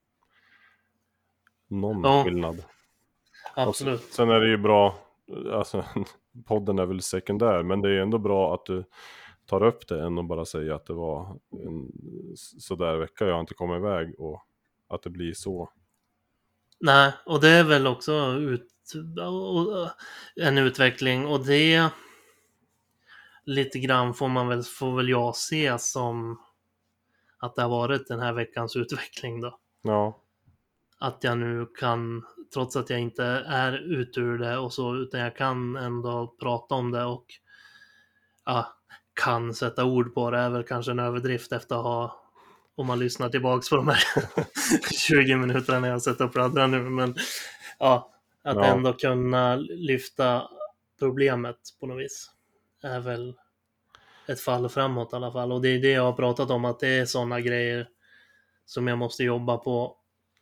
någon skillnad. Absolut. Sen är det ju bra, alltså podden är väl sekundär, men det är ändå bra att du tar upp det än att bara säga att det var en sådär vecka jag inte kom iväg och att det blir så. Nej, och det är väl också en utveckling och det lite grann får väl jag se som att det har varit den här veckans utveckling då. Ja. Att jag nu kan, trots att jag inte är ut ur det och så, utan jag kan ändå prata om det och kan sätta ord på det är väl kanske en överdrift efter att ha om man lyssnar tillbaks på de här 20 minuterna när jag sätter upp raddar nu. Men ja, att Ja. ändå kunna lyfta problemet på något vis är väl ett fall framåt i alla fall. Och det är det jag har pratat om, att det är sådana grejer som jag måste jobba på.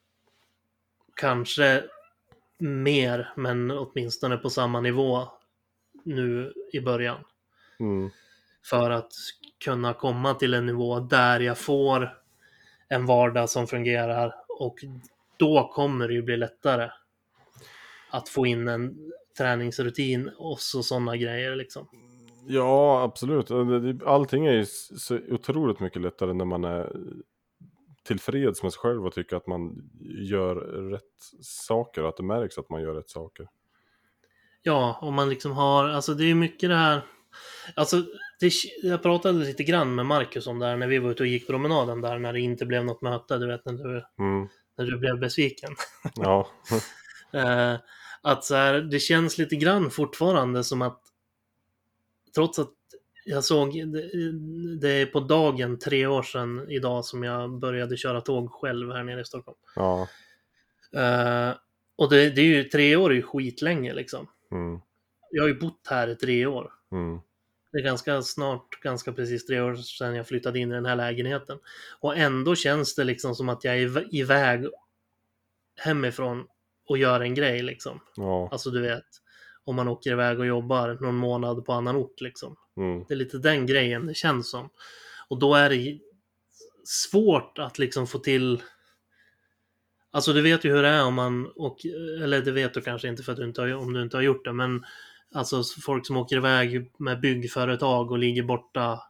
Kanske mer, men åtminstone på samma nivå nu i början. Mm. För att kunna komma till en nivå där jag får en vardag som fungerar, och då kommer det ju bli lättare att få in en träningsrutin och sådana grejer liksom. Ja, absolut. Allting är ju så otroligt mycket lättare när man är tillfreds med sig själv och tycker att man gör rätt saker, att det märks att man gör rätt saker. Ja, om man liksom har, alltså det är ju mycket det här, alltså jag pratade lite grann med Marcus om det här när vi var ute och gick promenaden där, när det inte blev något möte, du vet, när du blev besviken. Ja. Att så här, det känns lite grann fortfarande som att, trots att jag såg, det är på dagen 3 år sedan idag som jag började köra tåg själv här nere i Stockholm. Ja. Och det är ju 3 år är ju skitlänge liksom. Mm. Jag har ju bott här i 3 år. Mm. Det är ganska precis 3 år sedan jag flyttade in i den här lägenheten. Och ändå känns det liksom som att jag är iväg hemifrån och gör en grej liksom. Ja. Alltså du vet, om man åker iväg och jobbar någon månad på annan ort liksom. Mm. Det är lite den grejen det känns som. Och då är det svårt att liksom få till. Alltså du vet ju hur det är om man eller det vet du kanske inte för att om du inte har gjort det, men alltså folk som åker iväg med byggföretag och ligger borta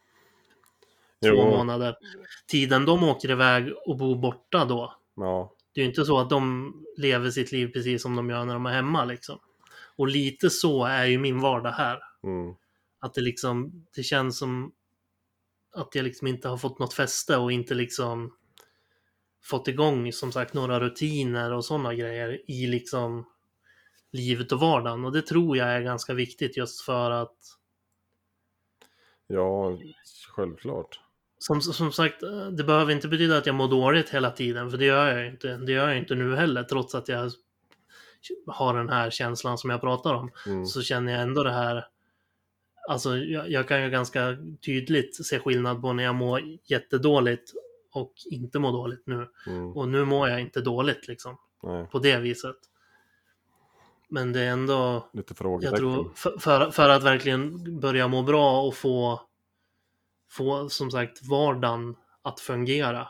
2 månader. Tiden de åker iväg och bor borta då. Ja. Det är ju inte så att de lever sitt liv precis som de gör när de är hemma liksom. Och lite så är ju min vardag här. Mm. Att det känns som att jag liksom inte har fått något fäste och inte liksom fått igång som sagt några rutiner och sådana grejer i liksom livet och vardagen. Och det tror jag är ganska viktigt just för att, Ja, självklart. som sagt, det behöver inte betyda att jag mår dåligt hela tiden, för det gör jag inte. Det gör jag inte nu heller, trots att jag har den här känslan som jag pratar om. Mm. Så känner jag ändå det här, alltså jag kan ju ganska tydligt se skillnad på när jag mår jättedåligt och inte mår dåligt nu. Mm. Och nu mår jag inte dåligt liksom. Nej. På det viset. Men det är ändå, Lite jag frågetecken. tror för att verkligen börja må bra och få som sagt vardagen att fungera,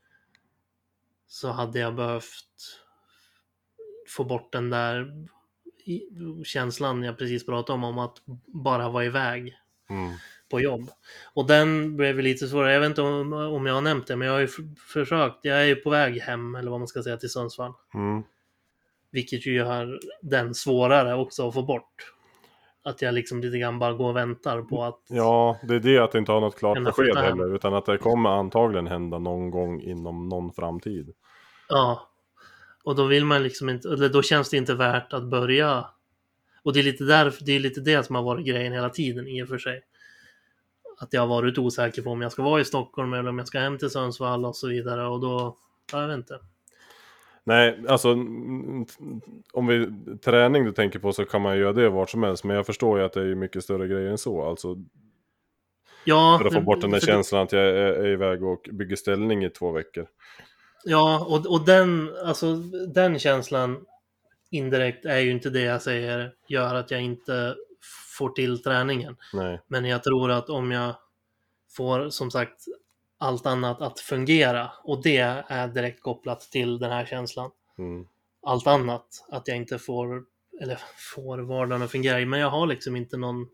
så hade jag behövt få bort den där känslan jag precis pratade om att bara vara iväg Mm. på jobb. Och den blev lite svårare. Jag vet inte om jag har nämnt det, men jag har ju försökt. Jag är ju på väg hem, eller vad man ska säga, till Sundsvall. Mm. Vilket ju gör den svårare också att få bort. Att jag liksom lite grann bara går och väntar på att... Ja, det är det att inte ha något klart Kunna besked flytta hem. heller, utan att det kommer antagligen hända någon gång inom någon framtid. Ja. Och då vill man liksom inte... Eller då känns det inte värt att börja. Och det är lite det som har varit grejen hela tiden i och för sig. Att jag har varit osäker på om jag ska vara i Stockholm eller om jag ska hem till Sundsvall och så vidare. Och då... Jag vet inte. Nej, alltså om vi träning du tänker på, så kan man göra det vart som helst. Men jag förstår ju att det är mycket större grejer än så. Alltså, Ja, för att få bort den där känslan att jag är iväg och bygger ställning i 2 veckor. Ja, och den känslan indirekt är ju inte det jag säger gör att jag inte får till träningen. Nej. Men jag tror att om jag får, som sagt, allt annat att fungera, och det är direkt kopplat till den här känslan. Mm. Allt annat, att jag inte får vardagen att fungera. Men jag har liksom inte någon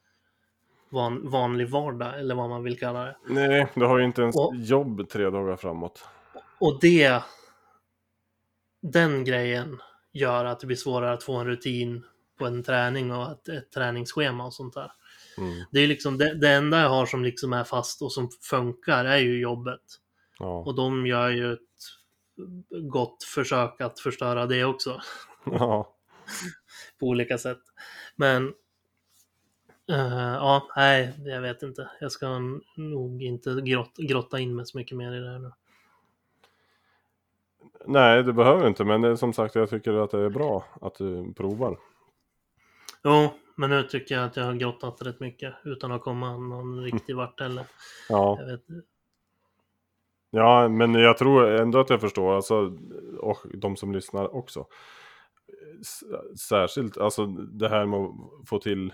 vanlig vardag, eller vad man vill kalla det. Nej, du har ju inte ens jobb 3 dagar framåt. Och den grejen gör att det blir svårare att få en rutin på en träning och ett träningsschema och sånt där. Mm. Det är liksom det enda jag har som liksom är fast och som funkar är ju jobbet. Ja. Och de gör ju ett gott försök att förstöra det också. Ja. På olika sätt. Men Ja, nej, jag vet inte. Jag ska nog inte grotta in mig så mycket mer i det här nu. Nej, du behöver inte, men som sagt, jag tycker att det är bra att du provar. Jo, men nu tycker jag att jag har grottat rätt mycket utan att komma någon riktig vart eller. Ja. Jag vet. Ja, men jag tror ändå att jag förstår, alltså, och de som lyssnar också. Särskilt, alltså det här med att få till,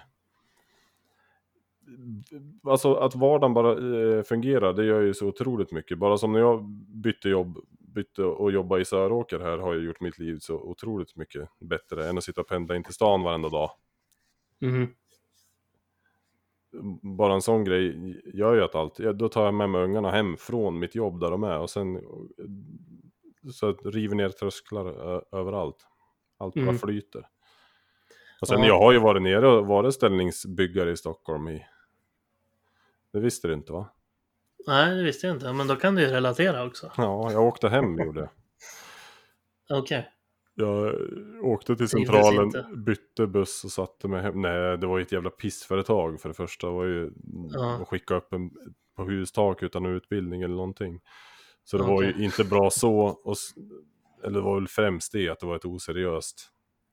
alltså att vardagen bara fungerar, det gör ju så otroligt mycket. Bara som när jag bytte och jobba i Söråker här, har jag gjort mitt liv så otroligt mycket bättre än att sitta och pendla in till stan varenda dag. Mhm. Bara en sån grej gör ju att då tar jag med mig ungarna hem från mitt jobb där de är, och sen så river ner trösklar överallt. Allt bara flyter. Och sen jag har ju varit nere och varit ställningsbyggare i Stockholm det visste du inte, va? Nej, det visste jag inte. Men då kan du ju relatera också. Ja, jag åkte hem gjorde jag. Okej. Jag åkte till Trivdes centralen, inte. bytte buss och satte mig hem. Nej, det var ju ett jävla pissföretag för det första. Det var ju att skicka upp en på hustak utan utbildning eller någonting. Så det var ju inte bra så. Eller det var väl främst det att det var ett oseriöst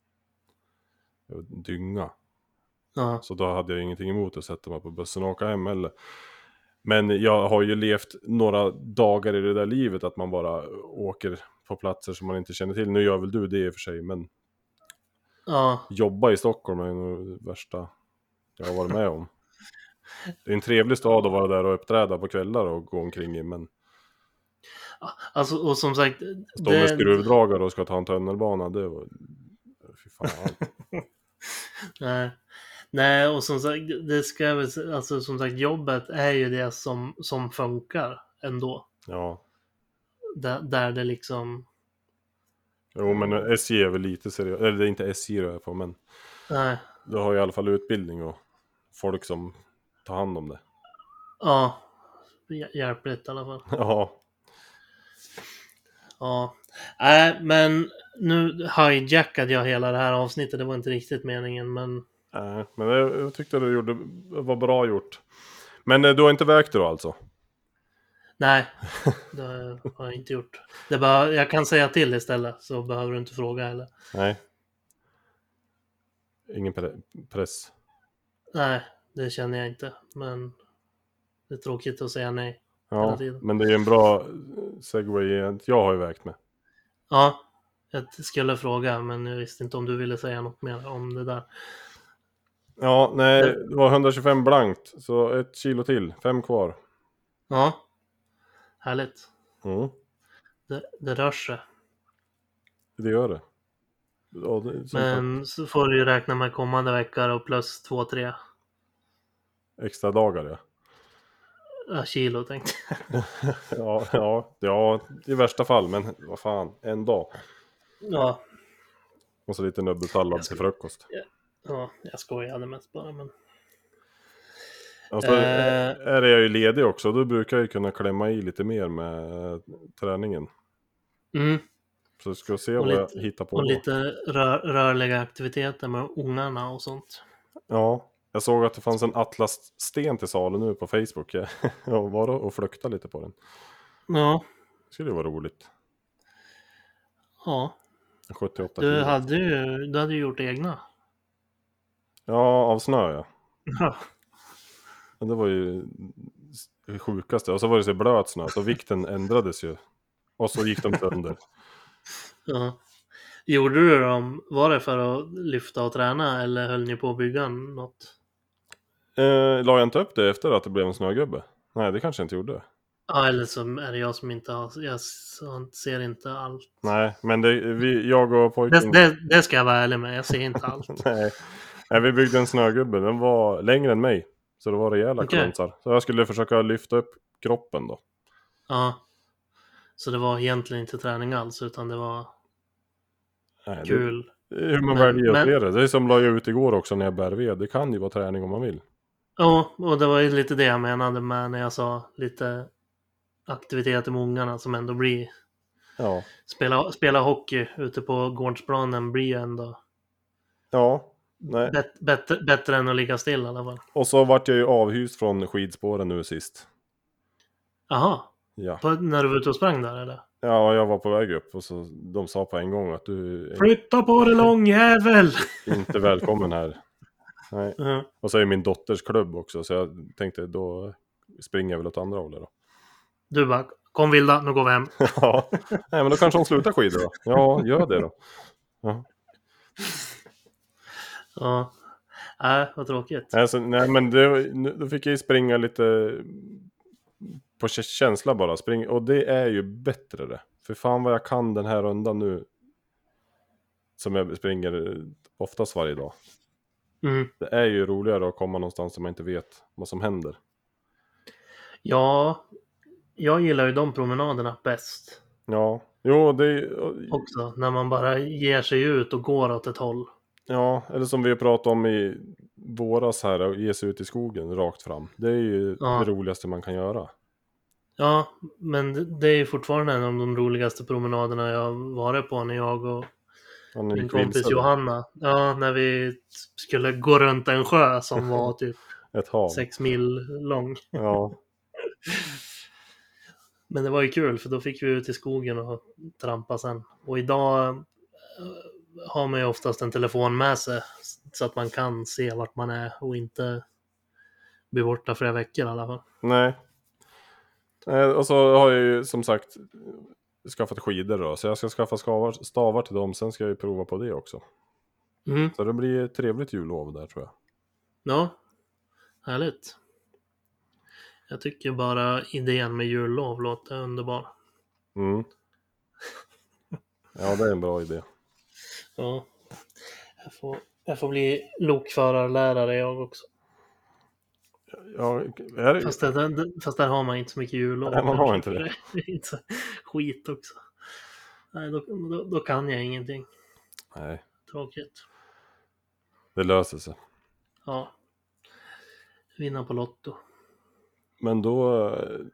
dynga. Ja. Så då hade jag ingenting emot att sätta mig på bussen och åka hem eller. Men jag har ju levt några dagar i det där livet att man bara åker på platser som man inte känner till. Nu gör väl du det i och för sig, men jobba i Stockholm är nog det värsta jag har varit med om. Det är en trevlig stad att vara där och uppträda på kvällar och gå omkring i, men Alltså, och som sagt, stå med skruvdragare och ska ta en tunnelbana, det var fy fan. Nej, och som sagt, det ska väl, alltså som sagt, jobbet är ju det som funkar ändå. Ja. Där det liksom. Jo, men SJ är väl lite seriöst. Eller det är inte SJ jag är på, men Nej. du har i alla fall utbildning och folk som tar hand om det. Ja, hjälpligt i alla fall. Ja. Ja, nej, men nu hijackade jag hela det här avsnittet. Det var inte riktigt meningen, men. Men jag tyckte det var bra gjort. Men du har inte vägt det då alltså? Nej, det har jag inte gjort. Jag kan säga till istället, så behöver du inte fråga heller. Nej. Ingen press. Nej, det känner jag inte. Men det är tråkigt att säga nej. Ja, men det är en bra segway. Jag har ju vägt med. Ja, jag skulle fråga, men jag visste inte om du ville säga något mer om det där. Ja, nej, det var 125 blankt. Så 1 kilo till, 5 kvar. Ja, härligt. Mm. Det rör sig. Det gör det. Ja, men så får du ju räkna med kommande veckor och plus 2-3 extra dagar, ja. Ja, kilo tänkte jag. ja, i värsta fall, men vad fan, en dag. Ja. Och så lite nöbbelsallad till frukost. Ja, jag skojade mest bara, men. Alltså, är jag ju ledig också, då brukar jag ju kunna klämma i lite mer med träningen. Så ska jag se vad jag hittar på. Och lite rörliga aktiviteter med ungarna och sånt. Ja, jag såg att det fanns en atlassten till salen nu på Facebook. Jag var och fluktade lite på den. Ja. Det skulle vara roligt. Ja. 78 du hade ju gjort egna. Ja, av snö, ja. Ja. Men det var ju det sjukaste. Och så var det så blöt snö, så vikten ändrades ju. Och så gick de sönder. Ja. Gjorde du dem, var det för att lyfta och träna eller höll ni på att bygga något? La jag inte upp det efter att det blev en snögubbe? Nej, det kanske jag inte gjorde. Ja, eller så är det jag som inte har, jag ser inte allt. Nej, men jag och pojken... Det ska jag vara ärlig med, jag ser inte allt. Nej, vi byggde en snögubbe, den var längre än mig. Så det var rejäla klunsar. Så jag skulle försöka lyfta upp kroppen då. Ja. Så det var egentligen inte träning alls, utan det var kul. Hur man väljer att se det. Det är som la jag ut igår också när jag bär ved. Det kan ju vara träning om man vill. Ja, och det var ju lite det jag menade med när jag sa lite aktiviteter med ungarna som ändå blir. Ja. Spela hockey ute på gårdsplanen blir ändå. Ja. Nej. Bättre än att ligga still i alla fall. Och så vart jag ju avhyst från skidspåren nu sist. Jaha, Ja. när du var ute och sprang där eller? Ja, jag var på väg upp och så de sa på en gång att du är Flytta på dig långjävel! inte välkommen här. Nej. Mhm. Och så är min dotters klubb också, så jag tänkte då springer jag väl åt andra hållet då. Du bara, kom Vilda, nu går vi hem. Ja, nej, men då kanske hon slutar skida då. Ja, gör det då. Ja. Ja, vad tråkigt. Alltså, nej, men då fick jag ju springa lite på känsla bara. Och det är ju bättre det. För fan vad jag kan den här rundan nu. Som jag springer oftast varje dag. Mm. Det är ju roligare att komma någonstans som man inte vet vad som händer. Ja, jag gillar ju de promenaderna bäst. Ja, jo det... Också, när man bara ger sig ut och går åt ett håll. Ja, eller som vi pratade om i våras här, att ge sig ut i skogen rakt fram. Det är ju det roligaste man kan göra. Ja, men det är ju fortfarande en av de roligaste promenaderna jag har varit på när jag och min kompis Johanna. Ja, när vi skulle gå runt en sjö som var typ ett hav. 6 mil lång. Ja. Men det var ju kul för då fick vi ut i skogen och trampa sen. Och idag har man ju oftast en telefon med sig så att man kan se vart man är och inte bli borta flera veckor i alla fall. Nej. Och så har jag ju som sagt skaffat skidor då. Så jag ska skaffa stavar till dem. Sen ska jag ju prova på det också. Mm. Så det blir ett trevligt jullov där tror jag. Ja, härligt. Jag tycker bara idén med jullov låter underbar. Mm. Ja, det är en bra idé. Ja. Jag får bli lokförarlärare jag också. Ja, Fast där har man inte så mycket jullov. Nej, man har inte det. Skit också. Nej, då kan jag ingenting. Nej, Tråkigt. det löser sig. Ja. Vinna på Lotto. Men då...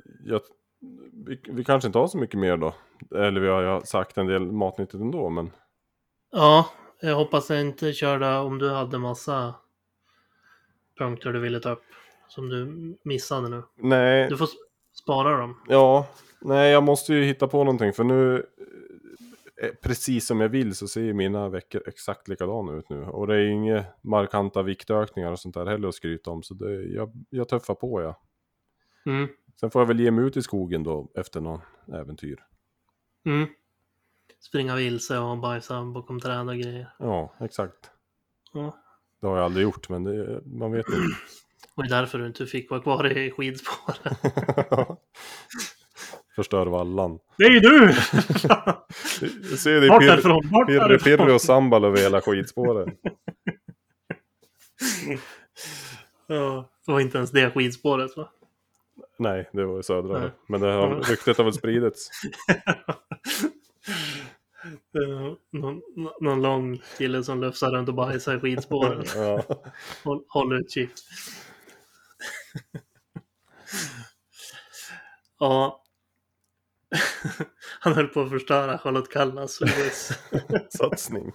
vi kanske inte har så mycket mer då. Eller vi har ju sagt en del matnyttigt ändå, men... Ja, jag hoppas jag inte körde om du hade massa punkter du ville ta upp. Som du missade nu. Nej. Du får spara dem. Ja, nej jag måste ju hitta på någonting. För nu, precis som jag vill så ser mina veckor exakt likadana ut nu. Och det är inga markanta viktökningar och sånt där heller att skryta om. Så jag tuffar på, ja. Mm. Sen får jag väl ge mig ut i skogen då efter någon äventyr. Mm. Springa vilse och bajsa bakom träd och grejer. Ja, exakt. Ja. Det har jag aldrig gjort, men man vet inte. Och det är därför du inte fick vara kvar i skidspåren. Förstör vallan. Det är du! Jag ser det Pirre och Sambal över hela skidspåren. Ja, det var inte ens det skidspåret va? Nej, det var i södra. Nej. Men ryktet har väl spridits. Någon lång kille som lufsar runt och bajsar i skidspåren. Ja. Håll utkik. Ja. Han höll på att förstöra Charlotte Kallas satsning.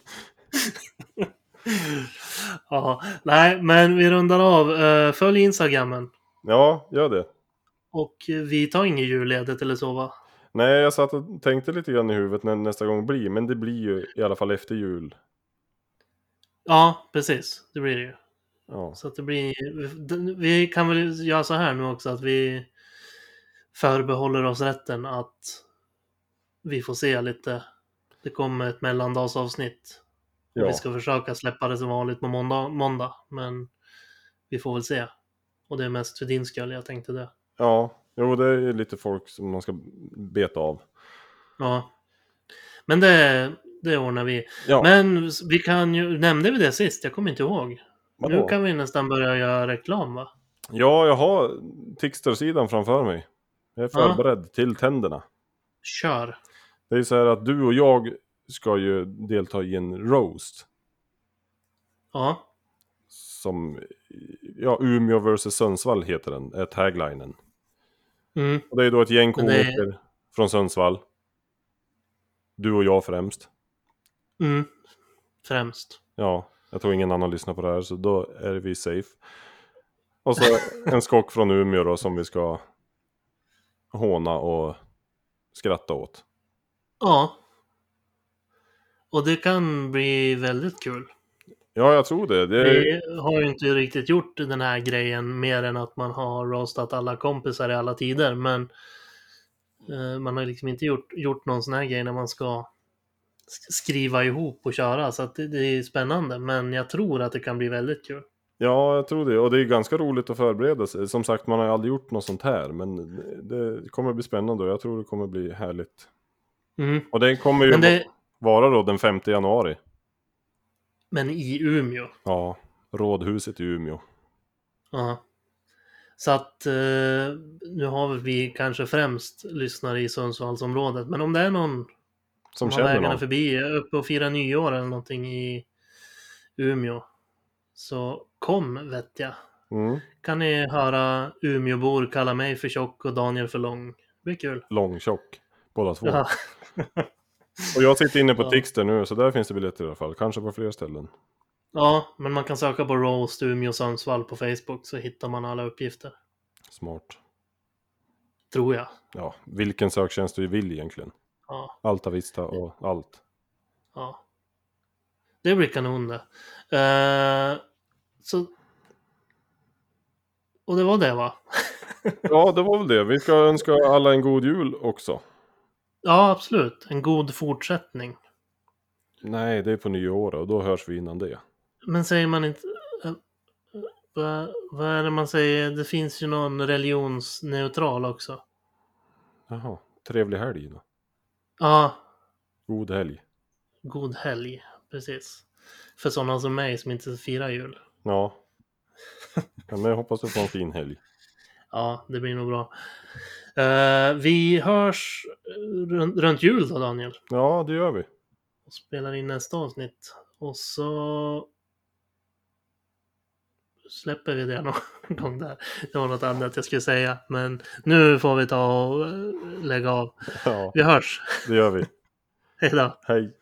Ja, nej, men vi rundar av. Följ Instagrammen. Ja, gör det. Och vi tar ingen julledigt eller så va? Nej, jag satt och tänkte lite grann i huvudet när nästa gång blir. Men det blir ju i alla fall efter jul. Ja, precis. Det blir det ju. Ja. Så att det blir... Vi kan väl göra så här nu också att vi förbehåller oss rätten att vi får se lite. Det kommer ett mellandagsavsnitt. Ja. Vi ska försöka släppa det som vanligt på måndag. Men vi får väl se. Och det är mest för din skull jag tänkte det. Ja, jo det är lite folk som man ska beta av. Ja. Men det ordnar vi. Ja. Men vi kan ju... Nämnde vi det sist? Jag kommer inte ihåg. Vadå? Nu kan vi nästan börja göra reklam va? Ja, jag har Tixter-sidan framför mig. Jag är förberedd till tänderna. Kör. Det är ju så här att du och jag ska ju delta i en roast. Ja. Som, ja, Umeå vs Sundsvall heter den, är taglinen. Mm. Och det är då ett gäng komiker från Sundsvall. Du och jag främst. Mm. Främst. Ja. Jag tror ingen annan lyssnar på det här, så då är vi safe. Och så en skock från Umeå då som vi ska håna och skratta åt. Ja. Och det kan bli väldigt kul. Ja, jag tror det. Vi har ju inte riktigt gjort den här grejen mer än att man har roastat alla kompisar i alla tider. Men man har liksom inte gjort någon sån här grej när man ska skriva ihop och köra. Så att det är spännande. Men jag tror att det kan bli väldigt kul. Ja, jag tror det. Och det är ganska roligt att förbereda sig. Som sagt, man har ju aldrig gjort något sånt här. Men det kommer bli spännande och jag tror det kommer bli härligt. Mm. Och det kommer ju vara då den 5 januari. Men i Umeå. Ja, rådhuset i Umeå. Ja. Så att nu har väl vi kanske främst lyssnare i Sundsvallsområdet. Men om det är någon som har vägarna någon förbi, uppe och fira nyår eller någonting i Umeå, så kom, vet jag. Kan ni höra Umeåbor kalla mig för tjock och Daniel för lång. Det blir kul. Lång, tjock, båda två. Ja. Och jag sitter inne på Tixter nu, så där finns det biljetter i alla fall. Kanske på fler ställen. Ja, men man kan söka på Roast Umeå Sundsvall på Facebook, så hittar man alla uppgifter. Smart. Tror jag. Ja, vilken söktjänst du vill egentligen. Ja. Alta Vista och allt. Ja. Det blir kanon det. Så... Och det var det, va? Ja, det var väl det. Vi ska önska alla en god jul också. Ja, absolut. En god fortsättning. Nej, det är på nyår och då hörs vi innan det. Men säger man inte... Vad är det man säger? Det finns ju någon religionsneutral också. Jaha, trevlig helg då. Ja, God helg. god helg. Precis. För sådana som mig som inte firar jul. Ja. Men jag hoppas du får en fin helg. Ja, det blir nog bra. Vi hörs runt jul då, Daniel. Ja, det gör vi. Och spelar in nästa avsnitt. Och så släpper vi det någon gång där. Det var något annat jag skulle säga. Men nu får vi ta och lägga av. Ja, Vi hörs. det gör vi. Hej då. Hej.